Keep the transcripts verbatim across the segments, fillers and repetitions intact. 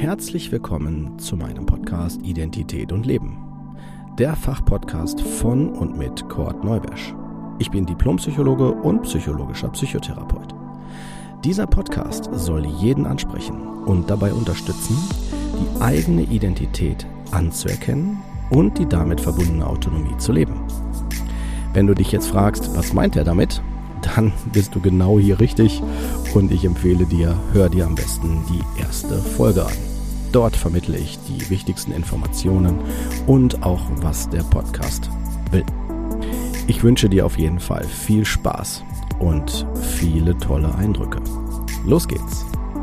Herzlich willkommen zu meinem Podcast Identität und Leben. Der Fachpodcast von und mit Kurt Neubersch. Ich bin Diplompsychologe und psychologischer Psychotherapeut. Dieser Podcast soll jeden ansprechen und dabei unterstützen, die eigene Identität anzuerkennen und die damit verbundene Autonomie zu leben. Wenn du dich jetzt fragst, was meint er damit, dann bist du genau hier richtig und ich empfehle dir, hör dir am besten die erste Folge an. Dort vermittle ich die wichtigsten Informationen und auch, was der Podcast will. Ich wünsche dir auf jeden Fall viel Spaß und viele tolle Eindrücke. Los geht's!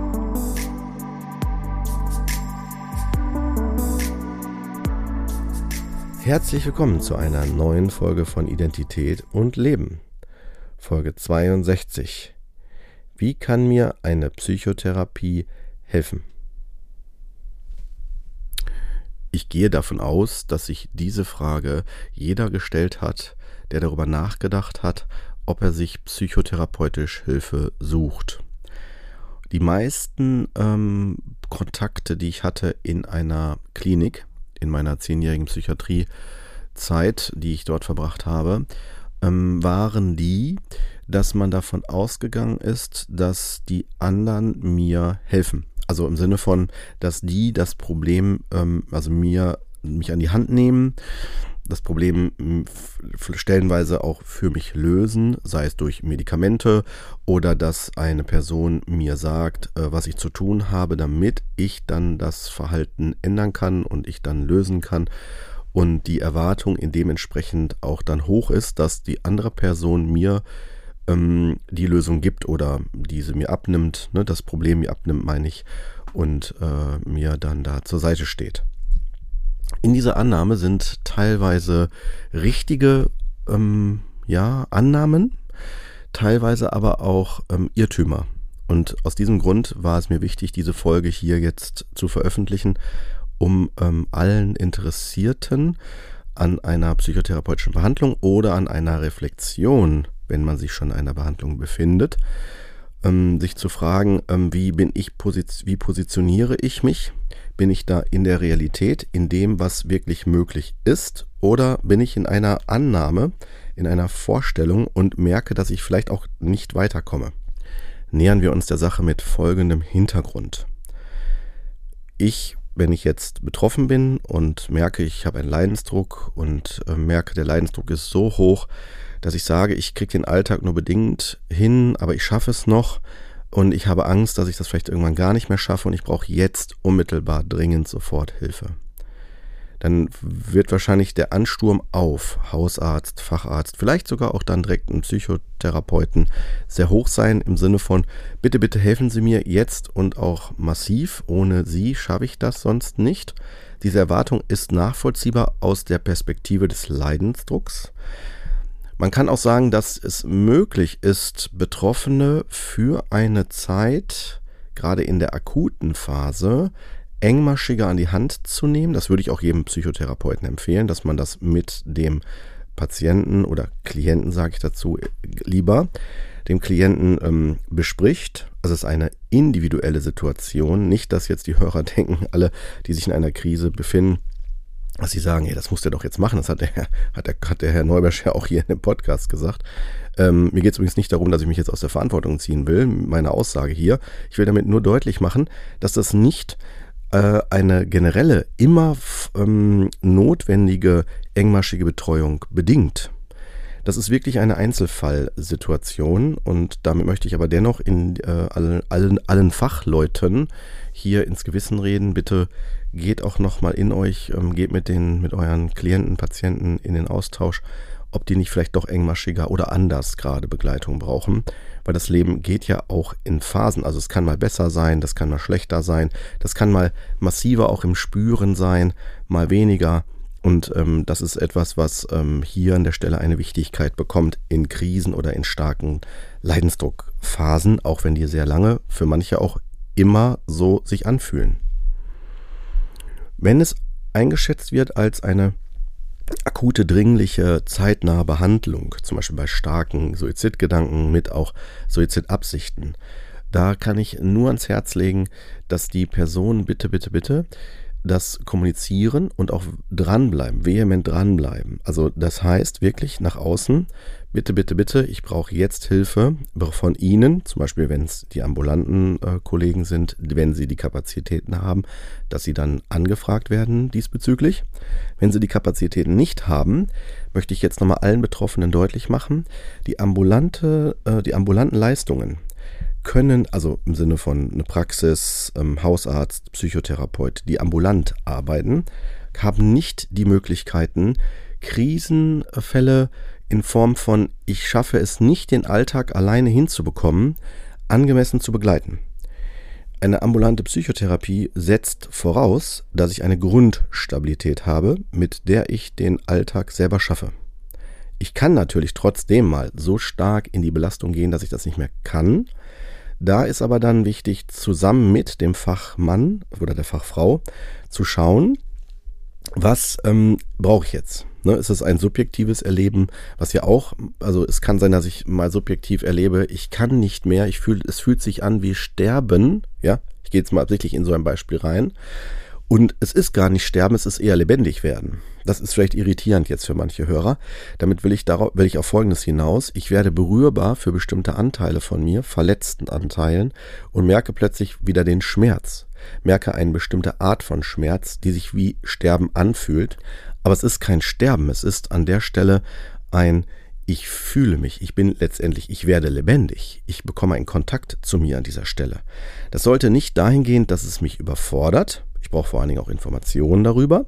Herzlich willkommen zu einer neuen Folge von Identität und Leben. Folge zweiundsechzig. Wie kann mir eine Psychotherapie helfen? Ich gehe davon aus, dass sich diese Frage jeder gestellt hat, der darüber nachgedacht hat, ob er sich psychotherapeutisch Hilfe sucht. Die meisten ähm, Kontakte, die ich hatte in einer Klinik, in meiner zehnjährigen Psychiatriezeit, die ich dort verbracht habe, ähm, waren die, dass man davon ausgegangen ist, dass die anderen mir helfen. Also im Sinne von, dass die das Problem, ähm, also mir, mich an die Hand nehmen, das Problem f- stellenweise auch für mich lösen, sei es durch Medikamente oder dass eine Person mir sagt, äh, was ich zu tun habe, damit ich dann das Verhalten ändern kann und ich dann lösen kann. Und die Erwartung in dementsprechend auch dann hoch ist, dass die andere Person mir ähm, die Lösung gibt oder diese mir abnimmt, ne, das Problem mir abnimmt, meine ich, und äh, mir dann da zur Seite steht. In dieser Annahme sind teilweise richtige ähm, ja, Annahmen, teilweise aber auch ähm, Irrtümer. Und aus diesem Grund war es mir wichtig, diese Folge hier jetzt zu veröffentlichen, um ähm, allen Interessierten an einer psychotherapeutischen Behandlung oder an einer Reflexion, wenn man sich schon in einer Behandlung befindet, ähm, sich zu fragen, ähm, wie bin ich posi- wie positioniere ich mich? Bin ich da in der Realität, in dem, was wirklich möglich ist? Oder bin ich in einer Annahme, in einer Vorstellung und merke, dass ich vielleicht auch nicht weiterkomme? Nähern wir uns der Sache mit folgendem Hintergrund. Ich Wenn ich jetzt betroffen bin und merke, ich habe einen Leidensdruck und äh, merke, der Leidensdruck ist so hoch, dass ich sage, ich kriege den Alltag nur bedingt hin, aber ich schaffe es noch und ich habe Angst, dass ich das vielleicht irgendwann gar nicht mehr schaffe und ich brauche jetzt unmittelbar dringend sofort Hilfe. Dann wird wahrscheinlich der Ansturm auf Hausarzt, Facharzt, vielleicht sogar auch dann direkt einen Psychotherapeuten sehr hoch sein, im Sinne von, bitte, bitte helfen Sie mir jetzt und auch massiv, ohne Sie schaffe ich das sonst nicht. Diese Erwartung ist nachvollziehbar aus der Perspektive des Leidensdrucks. Man kann auch sagen, dass es möglich ist, Betroffene für eine Zeit, gerade in der akuten Phase, engmaschiger an die Hand zu nehmen. Das würde ich auch jedem Psychotherapeuten empfehlen, dass man das mit dem Patienten oder Klienten, sage ich dazu lieber, dem Klienten ähm, bespricht. Also es ist eine individuelle Situation. Nicht, dass jetzt die Hörer denken, alle, die sich in einer Krise befinden, dass sie sagen, hey, das muss der doch jetzt machen. Das hat der, hat der, hat der Herr Neubersch ja auch hier in dem Podcast gesagt. Ähm, mir geht es übrigens nicht darum, dass ich mich jetzt aus der Verantwortung ziehen will, meine Aussage hier. Ich will damit nur deutlich machen, dass das nicht eine generelle, immer ähm, notwendige, engmaschige Betreuung bedingt. Das ist wirklich eine Einzelfallsituation und damit möchte ich aber dennoch in äh, allen, allen, allen Fachleuten hier ins Gewissen reden. Bitte geht auch nochmal in euch, ähm, geht mit den, mit euren Klienten, Patienten in den Austausch, ob die nicht vielleicht doch engmaschiger oder anders gerade Begleitung brauchen, weil das Leben geht ja auch in Phasen, also es kann mal besser sein, das kann mal schlechter sein, das kann mal massiver auch im Spüren sein, mal weniger und ähm, das ist etwas, was ähm, hier an der Stelle eine Wichtigkeit bekommt in Krisen oder in starken Leidensdruckphasen, auch wenn die sehr lange, für manche auch immer so sich anfühlen. Wenn es eingeschätzt wird als eine akute, dringliche, zeitnahe Behandlung, zum Beispiel bei starken Suizidgedanken mit auch Suizidabsichten, Da kann ich nur ans Herz legen, dass die Personen bitte, bitte, bitte das kommunizieren und auch dranbleiben, vehement dranbleiben. Also das heißt wirklich nach außen, bitte, bitte, bitte, ich brauche jetzt Hilfe von Ihnen, zum Beispiel wenn es die ambulanten äh, Kollegen sind, wenn sie die Kapazitäten haben, dass sie dann angefragt werden diesbezüglich. Wenn sie die Kapazitäten nicht haben, möchte ich jetzt nochmal allen Betroffenen deutlich machen, die ambulante, äh, die ambulanten Leistungen können, also im Sinne von eine Praxis, ähm, Hausarzt, Psychotherapeut, die ambulant arbeiten, haben nicht die Möglichkeiten, Krisenfälle in Form von ich schaffe es nicht, den Alltag alleine hinzubekommen, angemessen zu begleiten. Eine ambulante Psychotherapie setzt voraus, dass ich eine Grundstabilität habe, mit der ich den Alltag selber schaffe. Ich kann natürlich trotzdem mal so stark in die Belastung gehen, dass ich das nicht mehr kann. Da ist aber dann wichtig, zusammen mit dem Fachmann oder der Fachfrau zu schauen, was ähm, brauche ich jetzt? Ne, ist es ein subjektives Erleben, was ja auch, also es kann sein, dass ich mal subjektiv erlebe, ich kann nicht mehr, ich fühl, es fühlt sich an wie Sterben, ja, ich gehe jetzt mal absichtlich in so ein Beispiel rein. Und es ist gar nicht sterben, es ist eher lebendig werden. Das ist vielleicht irritierend jetzt für manche Hörer. Damit will ich, darauf, will ich auf Folgendes hinaus. Ich werde berührbar für bestimmte Anteile von mir, verletzten Anteilen, und merke plötzlich wieder den Schmerz. Merke eine bestimmte Art von Schmerz, die sich wie Sterben anfühlt. Aber es ist kein Sterben, es ist an der Stelle ein Ich fühle mich, ich bin letztendlich, ich werde lebendig. Ich bekomme einen Kontakt zu mir an dieser Stelle. Das sollte nicht dahingehend, dass es mich überfordert. Ich brauche vor allen Dingen auch Informationen darüber.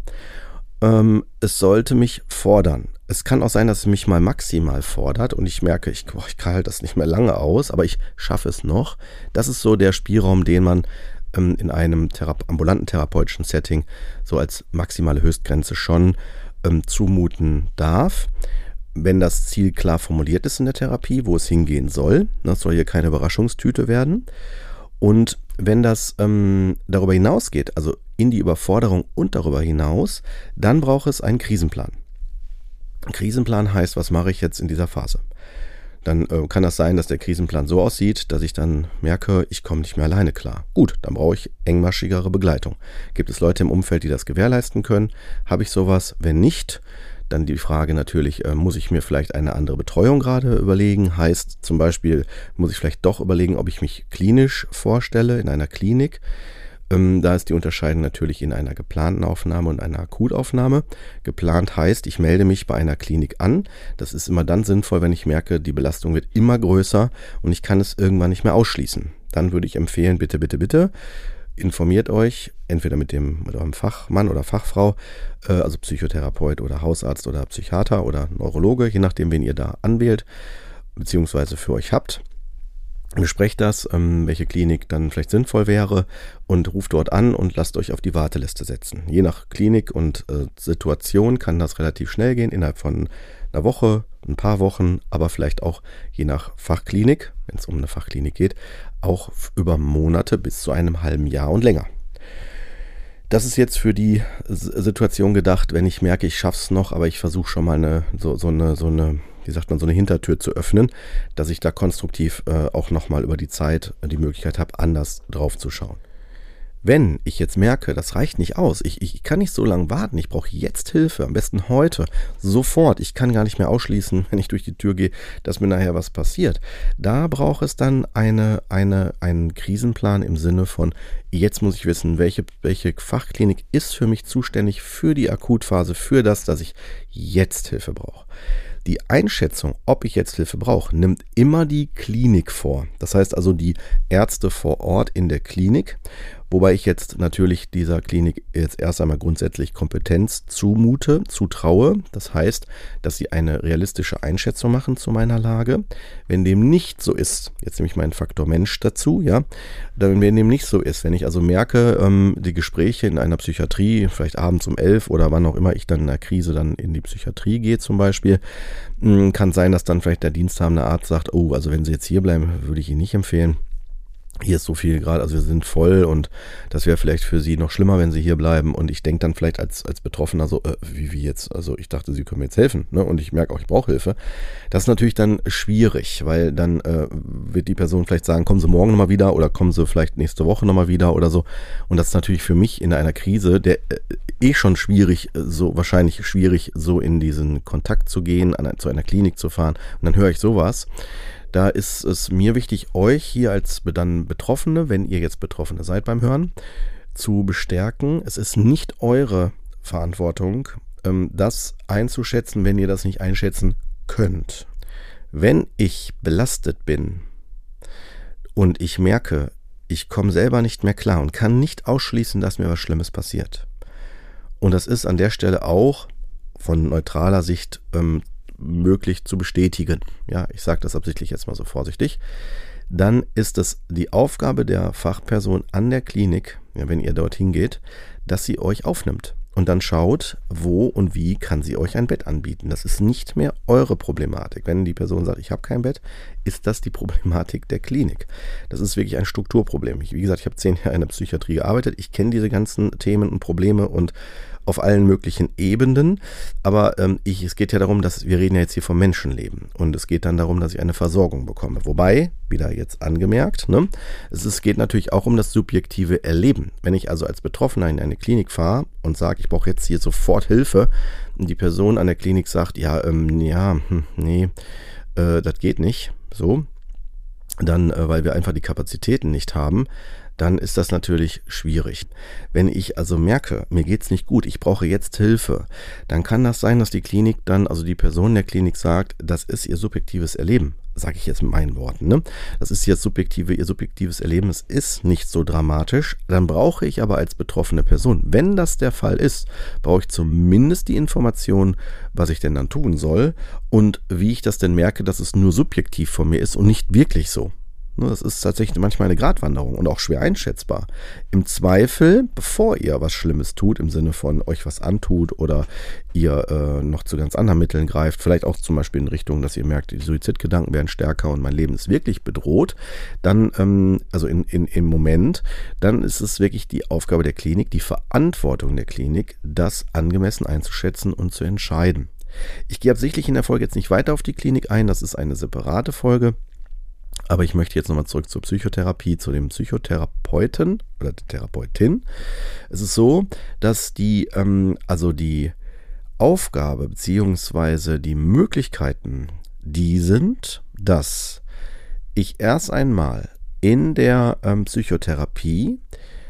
Ähm, es sollte mich fordern. Es kann auch sein, dass es mich mal maximal fordert und ich merke, ich, boah, ich halte das nicht mehr lange aus, aber ich schaffe es noch. Das ist so der Spielraum, den man ähm, in einem Thera- ambulanten therapeutischen Setting so als maximale Höchstgrenze schon ähm, zumuten darf. Wenn das Ziel klar formuliert ist in der Therapie, wo es hingehen soll, das soll hier keine Überraschungstüte werden. Und wenn das ähm, darüber hinausgeht, also in die Überforderung und darüber hinaus, dann braucht es einen Krisenplan. Ein Krisenplan heißt, was mache ich jetzt in dieser Phase? Dann äh, kann das sein, dass der Krisenplan so aussieht, dass ich dann merke, ich komme nicht mehr alleine klar. Gut, dann brauche ich engmaschigere Begleitung. Gibt es Leute im Umfeld, die das gewährleisten können? Habe ich sowas? Wenn nicht, dann die Frage natürlich, äh, muss ich mir vielleicht eine andere Betreuung gerade überlegen? Heißt zum Beispiel, muss ich vielleicht doch überlegen, ob ich mich klinisch vorstelle in einer Klinik? Ähm, da ist die Unterscheidung natürlich in einer geplanten Aufnahme und einer Akutaufnahme. Geplant heißt, ich melde mich bei einer Klinik an. Das ist immer dann sinnvoll, wenn ich merke, die Belastung wird immer größer und ich kann es irgendwann nicht mehr ausschließen. Dann würde ich empfehlen, bitte, bitte, bitte, informiert euch, entweder mit dem mit eurem Fachmann oder Fachfrau, äh, also Psychotherapeut oder Hausarzt oder Psychiater oder Neurologe, je nachdem, wen ihr da anwählt, beziehungsweise für euch habt. Besprecht das, ähm, welche Klinik dann vielleicht sinnvoll wäre und ruft dort an und lasst euch auf die Warteliste setzen. Je nach Klinik und äh, Situation kann das relativ schnell gehen, innerhalb von einer Woche, ein paar Wochen, aber vielleicht auch je nach Fachklinik, wenn es um eine Fachklinik geht, auch über Monate bis zu einem halben Jahr und länger. Das ist jetzt für die Situation gedacht, wenn ich merke, ich schaffe es noch, aber ich versuche schon mal eine so, so eine so eine wie sagt man, so eine Hintertür zu öffnen, dass ich da konstruktiv äh, auch nochmal über die Zeit die Möglichkeit habe, anders drauf zu schauen. Wenn ich jetzt merke, das reicht nicht aus, ich, ich kann nicht so lange warten, ich brauche jetzt Hilfe, am besten heute, sofort, ich kann gar nicht mehr ausschließen, wenn ich durch die Tür gehe, dass mir nachher was passiert. Da braucht es dann eine, eine, einen Krisenplan im Sinne von, jetzt muss ich wissen, welche, welche Fachklinik ist für mich zuständig für die Akutphase, für das, dass ich jetzt Hilfe brauche. Die Einschätzung, ob ich jetzt Hilfe brauche, nimmt immer die Klinik vor. Das heißt also die Ärzte vor Ort in der Klinik, wobei ich jetzt natürlich dieser Klinik jetzt erst einmal grundsätzlich Kompetenz zumute, zutraue. Das heißt, dass sie eine realistische Einschätzung machen zu meiner Lage. Wenn dem nicht so ist, jetzt nehme ich meinen Faktor Mensch dazu, ja, wenn dem nicht so ist, wenn ich also merke, ähm, die Gespräche in einer Psychiatrie, vielleicht abends um elf oder wann auch immer ich dann in der Krise dann in die Psychiatrie gehe zum Beispiel, mh, kann sein, dass dann vielleicht der diensthabende Arzt sagt, oh, also wenn Sie jetzt hier bleiben, würde ich Ihnen nicht empfehlen. hier ist so viel gerade, also wir sind voll und das wäre vielleicht für Sie noch schlimmer, wenn Sie hier bleiben. Und ich denke dann vielleicht als, als Betroffener so, äh, wie, wie jetzt, also ich dachte, Sie können mir jetzt helfen, ne? Und ich merke auch, ich brauche Hilfe. Das ist natürlich dann schwierig, weil dann äh, wird die Person vielleicht sagen, kommen Sie morgen nochmal wieder oder kommen Sie vielleicht nächste Woche nochmal wieder oder so. Und das ist natürlich für mich in einer Krise, der äh, eh schon schwierig, so wahrscheinlich schwierig, so in diesen Kontakt zu gehen, an, zu einer Klinik zu fahren. Und dann höre ich sowas. Da ist es mir wichtig, euch hier als dann Betroffene, wenn ihr jetzt Betroffene seid beim Hören, zu bestärken. Es ist nicht eure Verantwortung, das einzuschätzen, wenn ihr das nicht einschätzen könnt. Wenn ich belastet bin und ich merke, ich komme selber nicht mehr klar und kann nicht ausschließen, dass mir was Schlimmes passiert. Und das ist an der Stelle auch von neutraler Sicht ähm, möglich zu bestätigen. Ja, ich sage das absichtlich jetzt mal so vorsichtig. Dann ist es die Aufgabe der Fachperson an der Klinik, ja, wenn ihr dorthin geht, dass sie euch aufnimmt und dann schaut, wo und wie kann sie euch ein Bett anbieten. Das ist nicht mehr eure Problematik. Wenn die Person sagt, ich habe kein Bett, ist das die Problematik der Klinik. Das ist wirklich ein Strukturproblem. Ich, wie gesagt, ich habe zehn Jahre in der Psychiatrie gearbeitet. Ich kenne diese ganzen Themen und Probleme und auf allen möglichen Ebenen, aber ähm, ich, es geht ja darum, dass wir reden ja jetzt hier vom Menschenleben und es geht dann darum, dass ich eine Versorgung bekomme. Wobei, wieder jetzt angemerkt, ne, es, es geht natürlich auch um das subjektive Erleben. Wenn ich also als Betroffener in eine Klinik fahre und sage, ich brauche jetzt hier sofort Hilfe und die Person an der Klinik sagt, ja, ähm, ja, hm, nee, äh, das geht nicht, so, dann, äh, weil wir einfach die Kapazitäten nicht haben, dann ist das natürlich schwierig. Wenn ich also merke, mir geht's nicht gut, ich brauche jetzt Hilfe, dann kann das sein, dass die Klinik dann, also die Person der Klinik sagt, das ist ihr subjektives Erleben, sage ich jetzt mit meinen Worten, ne? Das ist jetzt subjektive, ihr subjektives Erleben, es ist nicht so dramatisch, dann brauche ich aber als betroffene Person, wenn das der Fall ist, brauche ich zumindest die Information, was ich denn dann tun soll und wie ich das denn merke, dass es nur subjektiv von mir ist und nicht wirklich so. Das ist tatsächlich manchmal eine Gratwanderung und auch schwer einschätzbar. Im Zweifel, bevor ihr was Schlimmes tut, im Sinne von euch was antut oder ihr äh, noch zu ganz anderen Mitteln greift, vielleicht auch zum Beispiel in Richtung, dass ihr merkt, die Suizidgedanken werden stärker und mein Leben ist wirklich bedroht, dann, ähm, also in, in, im Moment, dann ist es wirklich die Aufgabe der Klinik, die Verantwortung der Klinik, das angemessen einzuschätzen und zu entscheiden. Ich gehe absichtlich in der Folge jetzt nicht weiter auf die Klinik ein, das ist eine separate Folge. Aber ich möchte jetzt nochmal zurück zur Psychotherapie, zu dem Psychotherapeuten oder der Therapeutin. Es ist so, dass die, ähm, also die Aufgabe bzw. die Möglichkeiten, die sind, dass ich erst einmal in der ähm, Psychotherapie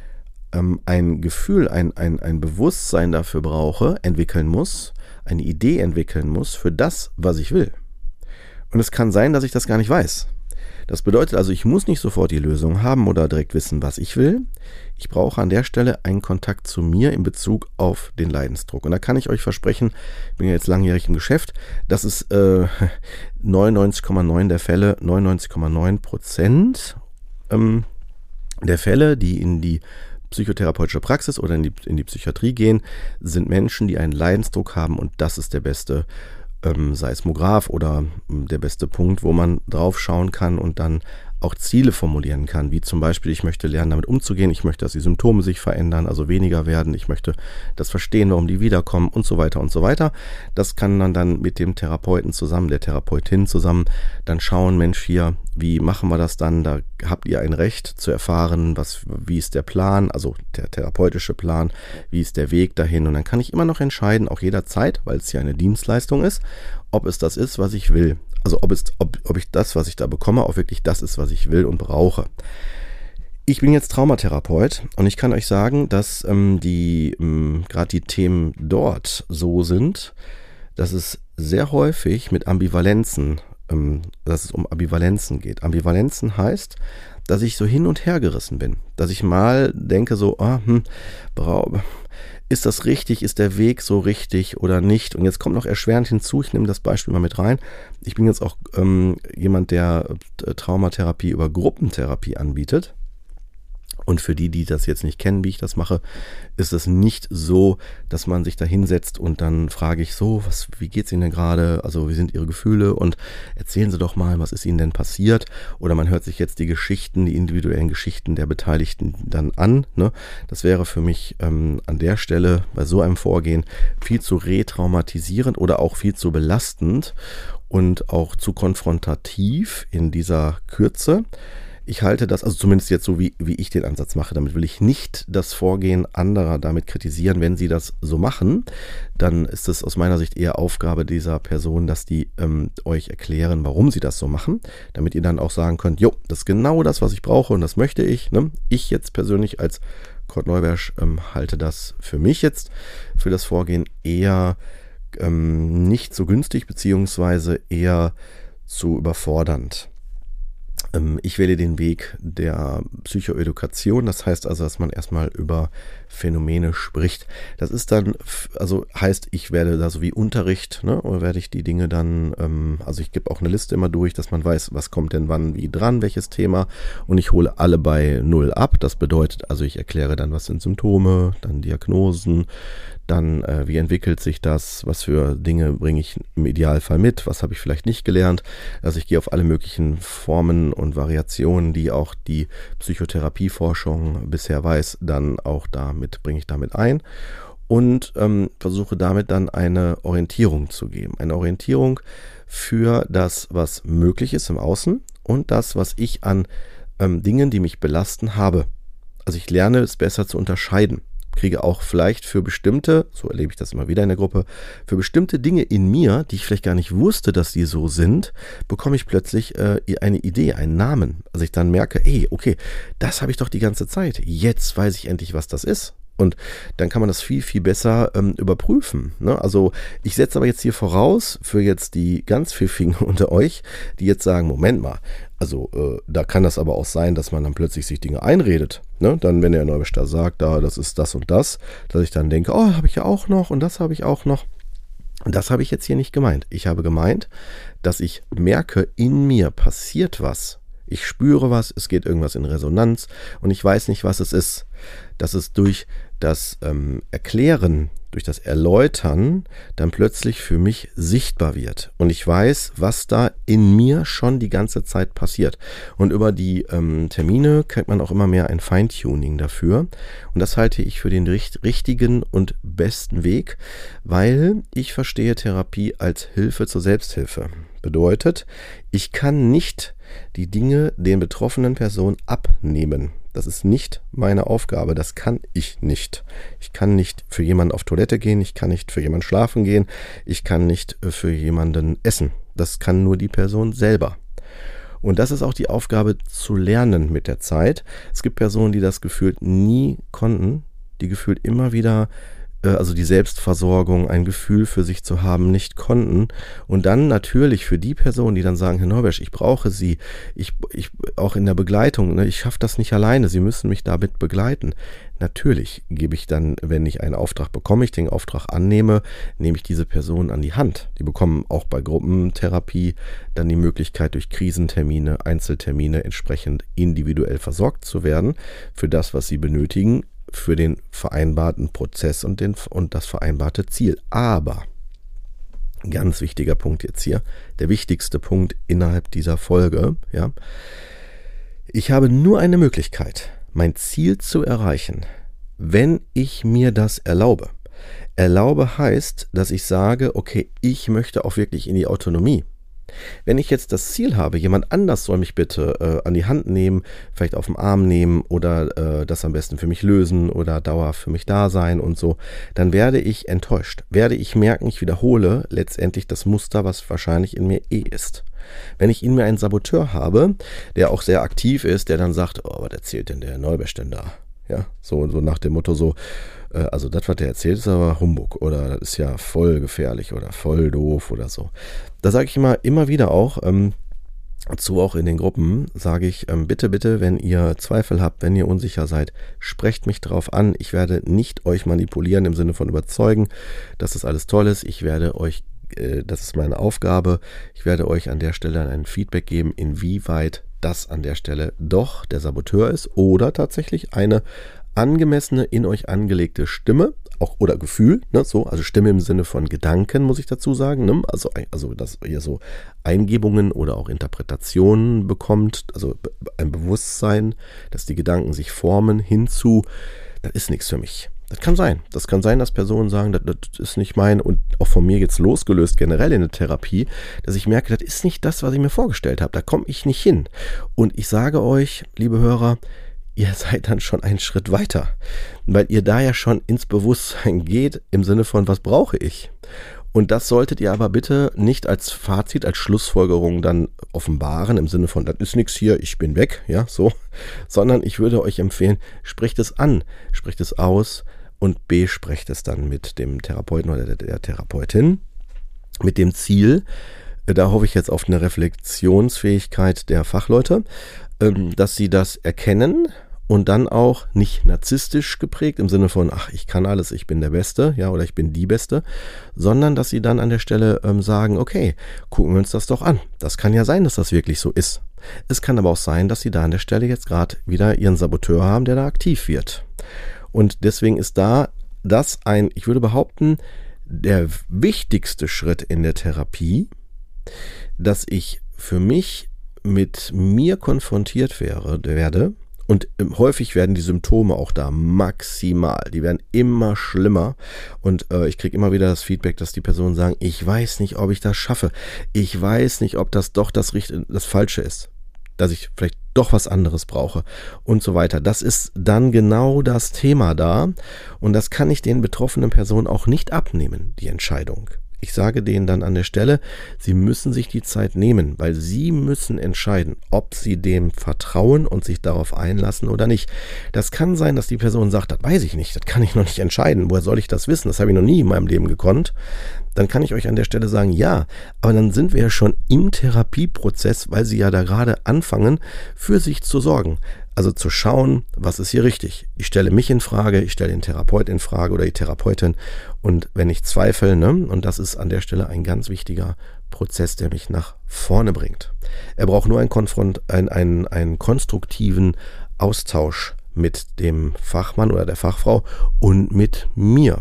ähm, ein Gefühl, ein, ein, ein Bewusstsein dafür brauche, entwickeln muss, eine Idee entwickeln muss für das, was ich will. Und es kann sein, dass ich das gar nicht weiß. Das bedeutet also, ich muss nicht sofort die Lösung haben oder direkt wissen, was ich will. Ich brauche an der Stelle einen Kontakt zu mir in Bezug auf den Leidensdruck. Und da kann ich euch versprechen, ich bin ja jetzt langjährig im Geschäft, das ist äh, neunundneunzig Komma neun der Fälle, neunundneunzig Komma neun Prozent ähm, der Fälle, die in die psychotherapeutische Praxis oder in die, in die Psychiatrie gehen, sind Menschen, die einen Leidensdruck haben und das ist der beste Ähm, Seismograph oder ähm, der beste Punkt, wo man drauf schauen kann und dann auch Ziele formulieren kann, wie zum Beispiel, ich möchte lernen, damit umzugehen, ich möchte, dass die Symptome sich verändern, also weniger werden, ich möchte das verstehen, warum die wiederkommen und so weiter und so weiter. Das kann man dann mit dem Therapeuten zusammen, der Therapeutin zusammen, dann schauen, Mensch, hier, wie machen wir das dann? Da habt ihr ein Recht zu erfahren, was, wie ist der Plan, also der therapeutische Plan, wie ist der Weg dahin und dann kann ich immer noch entscheiden, auch jederzeit, weil es ja eine Dienstleistung ist, ob es das ist, was ich will. Also ob, es, ob, ob ich das, was ich da bekomme, auch wirklich das ist, was ich will und brauche. Ich bin jetzt Traumatherapeut und ich kann euch sagen, dass ähm, die ähm, gerade die Themen dort so sind, dass es sehr häufig mit Ambivalenzen, ähm, dass es um Ambivalenzen geht. Ambivalenzen heißt, dass ich so hin und her gerissen bin. Dass ich mal denke so, ah, hm, brauche... Ist das richtig? Ist der Weg so richtig oder nicht? Und jetzt kommt noch erschwerend hinzu, ich nehme das Beispiel mal mit rein. Ich bin jetzt auch ähm, jemand, der äh, Traumatherapie über Gruppentherapie anbietet. Und für die, die das jetzt nicht kennen, wie ich das mache, ist es nicht so, dass man sich da hinsetzt und dann frage ich so, was, wie geht's Ihnen denn gerade? Also wie sind Ihre Gefühle? Und erzählen Sie doch mal, was ist Ihnen denn passiert? Oder man hört sich jetzt die Geschichten, die individuellen Geschichten der Beteiligten dann an. Ne? Das wäre für mich ähm, an der Stelle bei so einem Vorgehen viel zu retraumatisierend oder auch viel zu belastend und auch zu konfrontativ in dieser Kürze. Ich halte das, also zumindest jetzt so, wie, wie ich den Ansatz mache, damit will ich nicht das Vorgehen anderer damit kritisieren. Wenn sie das so machen, dann ist es aus meiner Sicht eher Aufgabe dieser Person, dass die ähm, euch erklären, warum sie das so machen, damit ihr dann auch sagen könnt, jo, das ist genau das, was ich brauche und das möchte ich. Ne? Ich jetzt persönlich als Kurt Neubersch ähm, halte das für mich jetzt, für das Vorgehen eher ähm, nicht so günstig, beziehungsweise eher zu überfordernd. Ich wähle den Weg der Psychoedukation, das heißt also, dass man erstmal über Phänomene spricht. Das ist dann, also heißt, ich werde da so wie Unterricht, ne, oder werde ich die Dinge dann, ähm, also ich gebe auch eine Liste immer durch, dass man weiß, was kommt denn wann wie dran, welches Thema, und ich hole alle bei Null ab. Das bedeutet also, ich erkläre dann, was sind Symptome, dann Diagnosen, dann äh, wie entwickelt sich das, was für Dinge bringe ich im Idealfall mit, was habe ich vielleicht nicht gelernt. Also ich gehe auf alle möglichen Formen und Variationen, die auch die Psychotherapieforschung bisher weiß, dann auch damit, bringe ich damit ein und ähm, versuche damit dann eine Orientierung zu geben. Eine Orientierung für das, was möglich ist im Außen und das, was ich an ähm, Dingen, die mich belasten, habe. Also ich lerne es besser zu unterscheiden. Kriege auch vielleicht für bestimmte, so erlebe ich das immer wieder in der Gruppe, für bestimmte Dinge in mir, die ich vielleicht gar nicht wusste, dass die so sind, bekomme ich plötzlich äh, eine Idee, einen Namen. Also ich dann merke, ey, okay, das habe ich doch die ganze Zeit. Jetzt weiß ich endlich, was das ist. Und dann kann man das viel, viel besser ähm, überprüfen. Ne? Also ich setze aber jetzt hier voraus, für jetzt die ganz pfiffigen unter euch, die jetzt sagen, Moment mal, also äh, da kann das aber auch sein, dass man dann plötzlich sich Dinge einredet. Ne? Dann, wenn der Neubersch da sagt, da, das ist das und das, dass ich dann denke, oh, habe ich ja auch noch und das habe ich auch noch. Und das habe ich jetzt hier nicht gemeint. Ich habe gemeint, dass ich merke, in mir passiert was. Ich spüre was, es geht irgendwas in Resonanz und ich weiß nicht, was es ist. Dass es durch das ähm, Erklären, durch das Erläutern dann plötzlich für mich sichtbar wird. Und ich weiß, was da in mir schon die ganze Zeit passiert. Und über die ähm, Termine kriegt man auch immer mehr ein Feintuning dafür. Und das halte ich für den richt- richtigen und besten Weg, weil ich verstehe Therapie als Hilfe zur Selbsthilfe. Bedeutet, ich kann nicht die Dinge den betroffenen Personen abnehmen. Das ist nicht meine Aufgabe, das kann ich nicht. Ich kann nicht für jemanden auf Toilette gehen, ich kann nicht für jemanden schlafen gehen, ich kann nicht für jemanden essen. Das kann nur die Person selber. Und das ist auch die Aufgabe zu lernen mit der Zeit. Es gibt Personen, die das gefühlt nie konnten, die gefühlt immer wieder, also die Selbstversorgung, ein Gefühl für sich zu haben, nicht konnten. Und dann natürlich für die Personen, die dann sagen, Herr Neubersch, ich brauche Sie, ich, ich auch in der Begleitung, ne, ich schaffe das nicht alleine, Sie müssen mich damit begleiten. Natürlich gebe ich dann, wenn ich einen Auftrag bekomme, ich den Auftrag annehme, nehme ich diese Person an die Hand. Die bekommen auch bei Gruppentherapie dann die Möglichkeit, durch Krisentermine, Einzeltermine entsprechend individuell versorgt zu werden für das, was sie benötigen, für den vereinbarten Prozess und, den, und das vereinbarte Ziel. Aber, ganz wichtiger Punkt jetzt hier, der wichtigste Punkt innerhalb dieser Folge, ja, ich habe nur eine Möglichkeit, mein Ziel zu erreichen, wenn ich mir das erlaube. Erlaube heißt, dass ich sage, okay, ich möchte auch wirklich in die Autonomie. Wenn ich jetzt das Ziel habe, jemand anders soll mich bitte äh, an die Hand nehmen, vielleicht auf den Arm nehmen oder äh, das am besten für mich lösen oder dauerhaft für mich da sein und so, dann werde ich enttäuscht. Werde ich merken, ich wiederhole letztendlich das Muster, was wahrscheinlich in mir eh ist. Wenn ich in mir einen Saboteur habe, der auch sehr aktiv ist, der dann sagt, oh, was erzählt denn der Neubersch denn da? Ja, so, so nach dem Motto so, äh, also das, was der erzählt, ist aber Humbug oder das ist ja voll gefährlich oder voll doof oder so. Da sage ich immer, immer wieder auch, ähm, dazu auch in den Gruppen, sage ich, ähm, bitte, bitte, wenn ihr Zweifel habt, wenn ihr unsicher seid, sprecht mich drauf an. Ich werde nicht euch manipulieren im Sinne von überzeugen, dass das alles toll ist. Ich werde euch, äh, das ist meine Aufgabe, ich werde euch an der Stelle ein Feedback geben, inwieweit das an der Stelle doch der Saboteur ist oder tatsächlich eine angemessene, in euch angelegte Stimme, auch oder Gefühl, ne, so, also Stimme im Sinne von Gedanken, muss ich dazu sagen, ne, also, also, dass ihr so Eingebungen oder auch Interpretationen bekommt, also ein Bewusstsein, dass die Gedanken sich formen hinzu, das ist nichts für mich. Das kann sein. Das kann sein, dass Personen sagen, das, das ist nicht mein, und auch von mir jetzt losgelöst generell in der Therapie, dass ich merke, das ist nicht das, was ich mir vorgestellt habe. Da komme ich nicht hin. Und ich sage euch, liebe Hörer, ihr seid dann schon einen Schritt weiter, weil ihr da ja schon ins Bewusstsein geht, im Sinne von, was brauche ich? Und das solltet ihr aber bitte nicht als Fazit, als Schlussfolgerung dann offenbaren, im Sinne von, das ist nichts hier, ich bin weg, ja, so, sondern ich würde euch empfehlen, sprecht es an, sprecht es aus und besprecht es dann mit dem Therapeuten oder der, der Therapeutin, mit dem Ziel, da hoffe ich jetzt auf eine Reflexionsfähigkeit der Fachleute, dass sie das erkennen, und dann auch nicht narzisstisch geprägt im Sinne von, ach, ich kann alles, ich bin der Beste, ja, oder ich bin die Beste, sondern dass sie dann an der Stelle ähm, sagen, okay, gucken wir uns das doch an. Das kann ja sein, dass das wirklich so ist. Es kann aber auch sein, dass sie da an der Stelle jetzt gerade wieder ihren Saboteur haben, der da aktiv wird. Und deswegen ist da das ein, ich würde behaupten, der wichtigste Schritt in der Therapie, dass ich für mich mit mir konfrontiert wäre, werde. Und häufig werden die Symptome auch da maximal, die werden immer schlimmer und äh, ich kriege immer wieder das Feedback, dass die Personen sagen, ich weiß nicht, ob ich das schaffe, ich weiß nicht, ob das doch das, Richt- das Falsche ist, dass ich vielleicht doch was anderes brauche und so weiter. Das ist dann genau das Thema da und das kann ich den betroffenen Personen auch nicht abnehmen, die Entscheidung. Ich sage denen dann an der Stelle, sie müssen sich die Zeit nehmen, weil sie müssen entscheiden, ob sie dem vertrauen und sich darauf einlassen oder nicht. Das kann sein, dass die Person sagt, das weiß ich nicht, das kann ich noch nicht entscheiden. Woher soll ich das wissen? Das habe ich noch nie in meinem Leben gekonnt. Dann kann ich euch an der Stelle sagen, ja, aber dann sind wir ja schon im Therapieprozess, weil sie ja da gerade anfangen, für sich zu sorgen. Also zu schauen, was ist hier richtig. Ich stelle mich in Frage, ich stelle den Therapeut in Frage oder die Therapeutin. Und wenn ich zweifle, ne, und das ist an der Stelle ein ganz wichtiger Prozess, der mich nach vorne bringt. Er braucht nur einen, Konfront, einen, einen, einen konstruktiven Austausch mit dem Fachmann oder der Fachfrau und mit mir.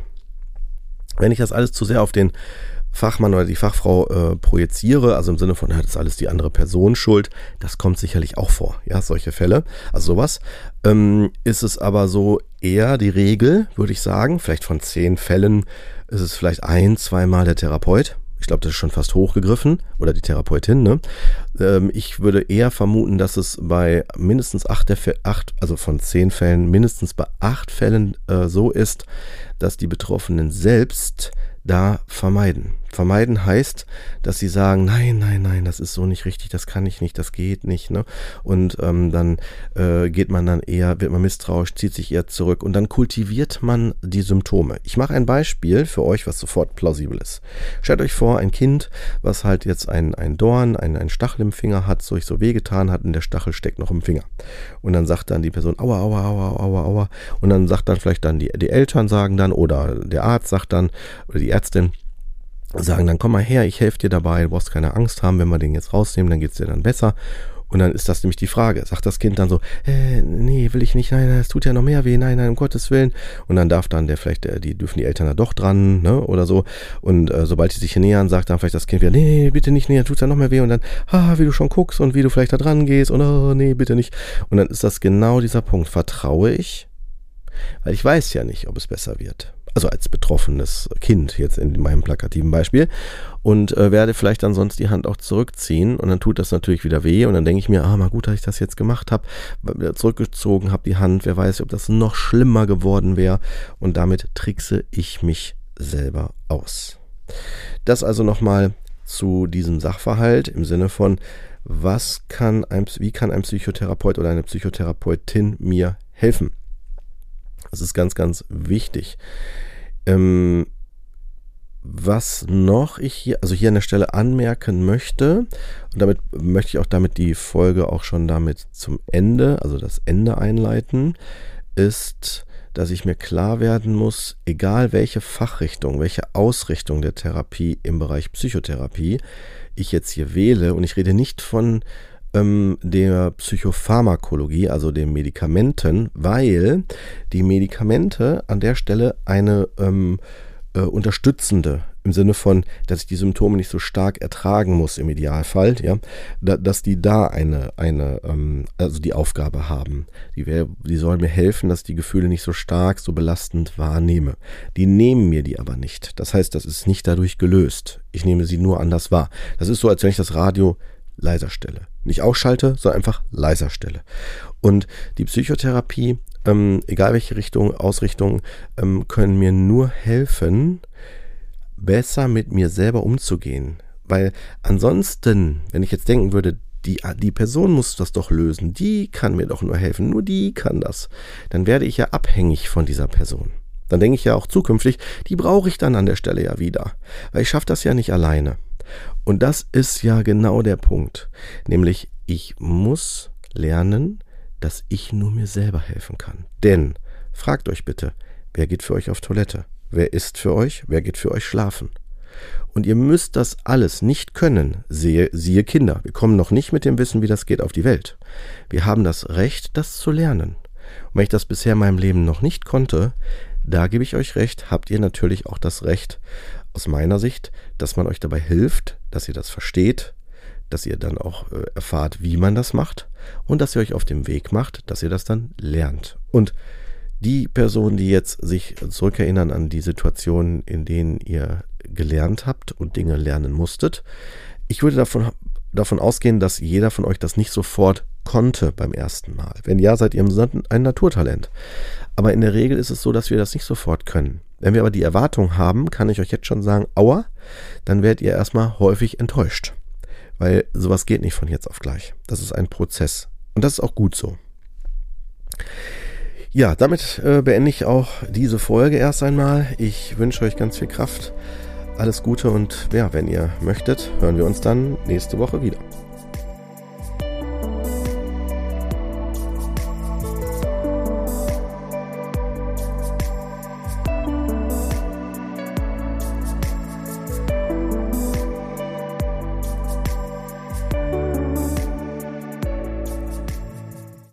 Wenn ich das alles zu sehr auf den Fachmann oder die Fachfrau äh, projiziere, also im Sinne von, ja, das ist alles die andere Person schuld, das kommt sicherlich auch vor, ja, solche Fälle, also sowas, ähm, ist es aber so eher die Regel, würde ich sagen, vielleicht von zehn Fällen ist es vielleicht ein, zweimal der Therapeut, ich glaube, das ist schon fast hochgegriffen, oder die Therapeutin, ne? Ähm, ich würde eher vermuten, dass es bei mindestens acht, der Fä- acht also von zehn Fällen, mindestens bei acht Fällen äh, so ist, dass die Betroffenen selbst da vermeiden. Vermeiden heißt, dass sie sagen, nein, nein, nein, das ist so nicht richtig, das kann ich nicht, das geht nicht, ne? Und ähm, dann äh, geht man dann eher, wird man misstrauisch, zieht sich eher zurück und dann kultiviert man die Symptome. Ich mache ein Beispiel für euch, was sofort plausibel ist. Stellt euch vor, ein Kind, was halt jetzt ein, ein Dorn, ein, ein Stachel im Finger hat, so euch so wehgetan hat und der Stachel steckt noch im Finger. Und dann sagt dann die Person, aua, aua, aua, aua, aua. Und dann sagt dann vielleicht dann die, die Eltern sagen dann oder der Arzt sagt dann oder die Ärztin, sagen dann, komm mal her, ich helfe dir dabei, du brauchst keine Angst haben, wenn wir den jetzt rausnehmen, dann geht's dir dann besser. Und dann ist das nämlich die Frage, sagt das Kind dann so, äh, nee, will ich nicht, nein, nein, es tut ja noch mehr weh, nein, nein, um Gottes Willen. Und dann darf dann der vielleicht, der, die dürfen die Eltern da doch dran, ne, oder so. Und äh, sobald die sich hier nähern, sagt dann vielleicht das Kind wieder, nee, nee, bitte nicht näher, tut's ja noch mehr weh. Und dann, ah, wie du schon guckst und wie du vielleicht da dran gehst und oh, nee, bitte nicht. Und dann ist das genau dieser Punkt, vertraue ich, weil ich weiß ja nicht, ob es besser wird. Also als betroffenes Kind, jetzt in meinem plakativen Beispiel, und äh, werde vielleicht dann sonst die Hand auch zurückziehen und dann tut das natürlich wieder weh und dann denke ich mir, ah, mal gut, dass ich das jetzt gemacht habe, zurückgezogen habe die Hand, wer weiß, ob das noch schlimmer geworden wäre und damit trickse ich mich selber aus. Das also nochmal zu diesem Sachverhalt im Sinne von, was kann ein, wie kann ein Psychotherapeut oder eine Psychotherapeutin mir helfen? Das ist ganz, ganz wichtig. Ähm, was noch ich hier, also hier an der Stelle anmerken möchte, und damit möchte ich auch damit die Folge auch schon damit zum Ende, also das Ende einleiten, ist, dass ich mir klar werden muss, egal welche Fachrichtung, welche Ausrichtung der Therapie im Bereich Psychotherapie ich jetzt hier wähle, und ich rede nicht von ähm, der Psychopharmakologie, also den Medikamenten, weil die Medikamente an der Stelle eine ähm, äh, unterstützende, im Sinne von, dass ich die Symptome nicht so stark ertragen muss im Idealfall, ja, da, dass die da eine, eine ähm, also die Aufgabe haben. Die, wär, die sollen mir helfen, dass ich die Gefühle nicht so stark, so belastend wahrnehme. Die nehmen mir die aber nicht. Das heißt, das ist nicht dadurch gelöst. Ich nehme sie nur anders wahr. Das ist so, als wenn ich das Radio leiser stelle. Nicht ausschalte, sondern einfach leiser stelle. Und die Psychotherapie, ähm, egal welche Richtung, Ausrichtung, ähm, können mir nur helfen, besser mit mir selber umzugehen. Weil ansonsten, wenn ich jetzt denken würde, die, die Person muss das doch lösen, die kann mir doch nur helfen, nur die kann das, dann werde ich ja abhängig von dieser Person. Dann denke ich ja auch zukünftig, die brauche ich dann an der Stelle ja wieder, weil ich schaffe das ja nicht alleine. Und das ist ja genau der Punkt, nämlich ich muss lernen, dass ich nur mir selber helfen kann. Denn, fragt euch bitte, wer geht für euch auf Toilette? Wer isst für euch? Wer geht für euch schlafen? Und ihr müsst das alles nicht können, siehe, siehe Kinder. Wir kommen noch nicht mit dem Wissen, wie das geht, auf die Welt. Wir haben das Recht, das zu lernen. Und wenn ich das bisher in meinem Leben noch nicht konnte, da gebe ich euch recht, habt ihr natürlich auch das Recht, aus meiner Sicht, dass man euch dabei hilft, dass ihr das versteht, dass ihr dann auch äh, erfahrt, wie man das macht und dass ihr euch auf den Weg macht, dass ihr das dann lernt. Und die Personen, die jetzt sich zurückerinnern an die Situationen, in denen ihr gelernt habt und Dinge lernen musstet, ich würde davon, davon ausgehen, dass jeder von euch das nicht sofort konnte beim ersten Mal. Wenn ja, seid ihr ein Naturtalent. Aber in der Regel ist es so, dass wir das nicht sofort können. Wenn wir aber die Erwartung haben, kann ich euch jetzt schon sagen, aua, dann werdet ihr erstmal häufig enttäuscht. Weil sowas geht nicht von jetzt auf gleich. Das ist ein Prozess. Und das ist auch gut so. Ja, damit äh, beende ich auch diese Folge erst einmal. Ich wünsche euch ganz viel Kraft, alles Gute und ja, wenn ihr möchtet, hören wir uns dann nächste Woche wieder.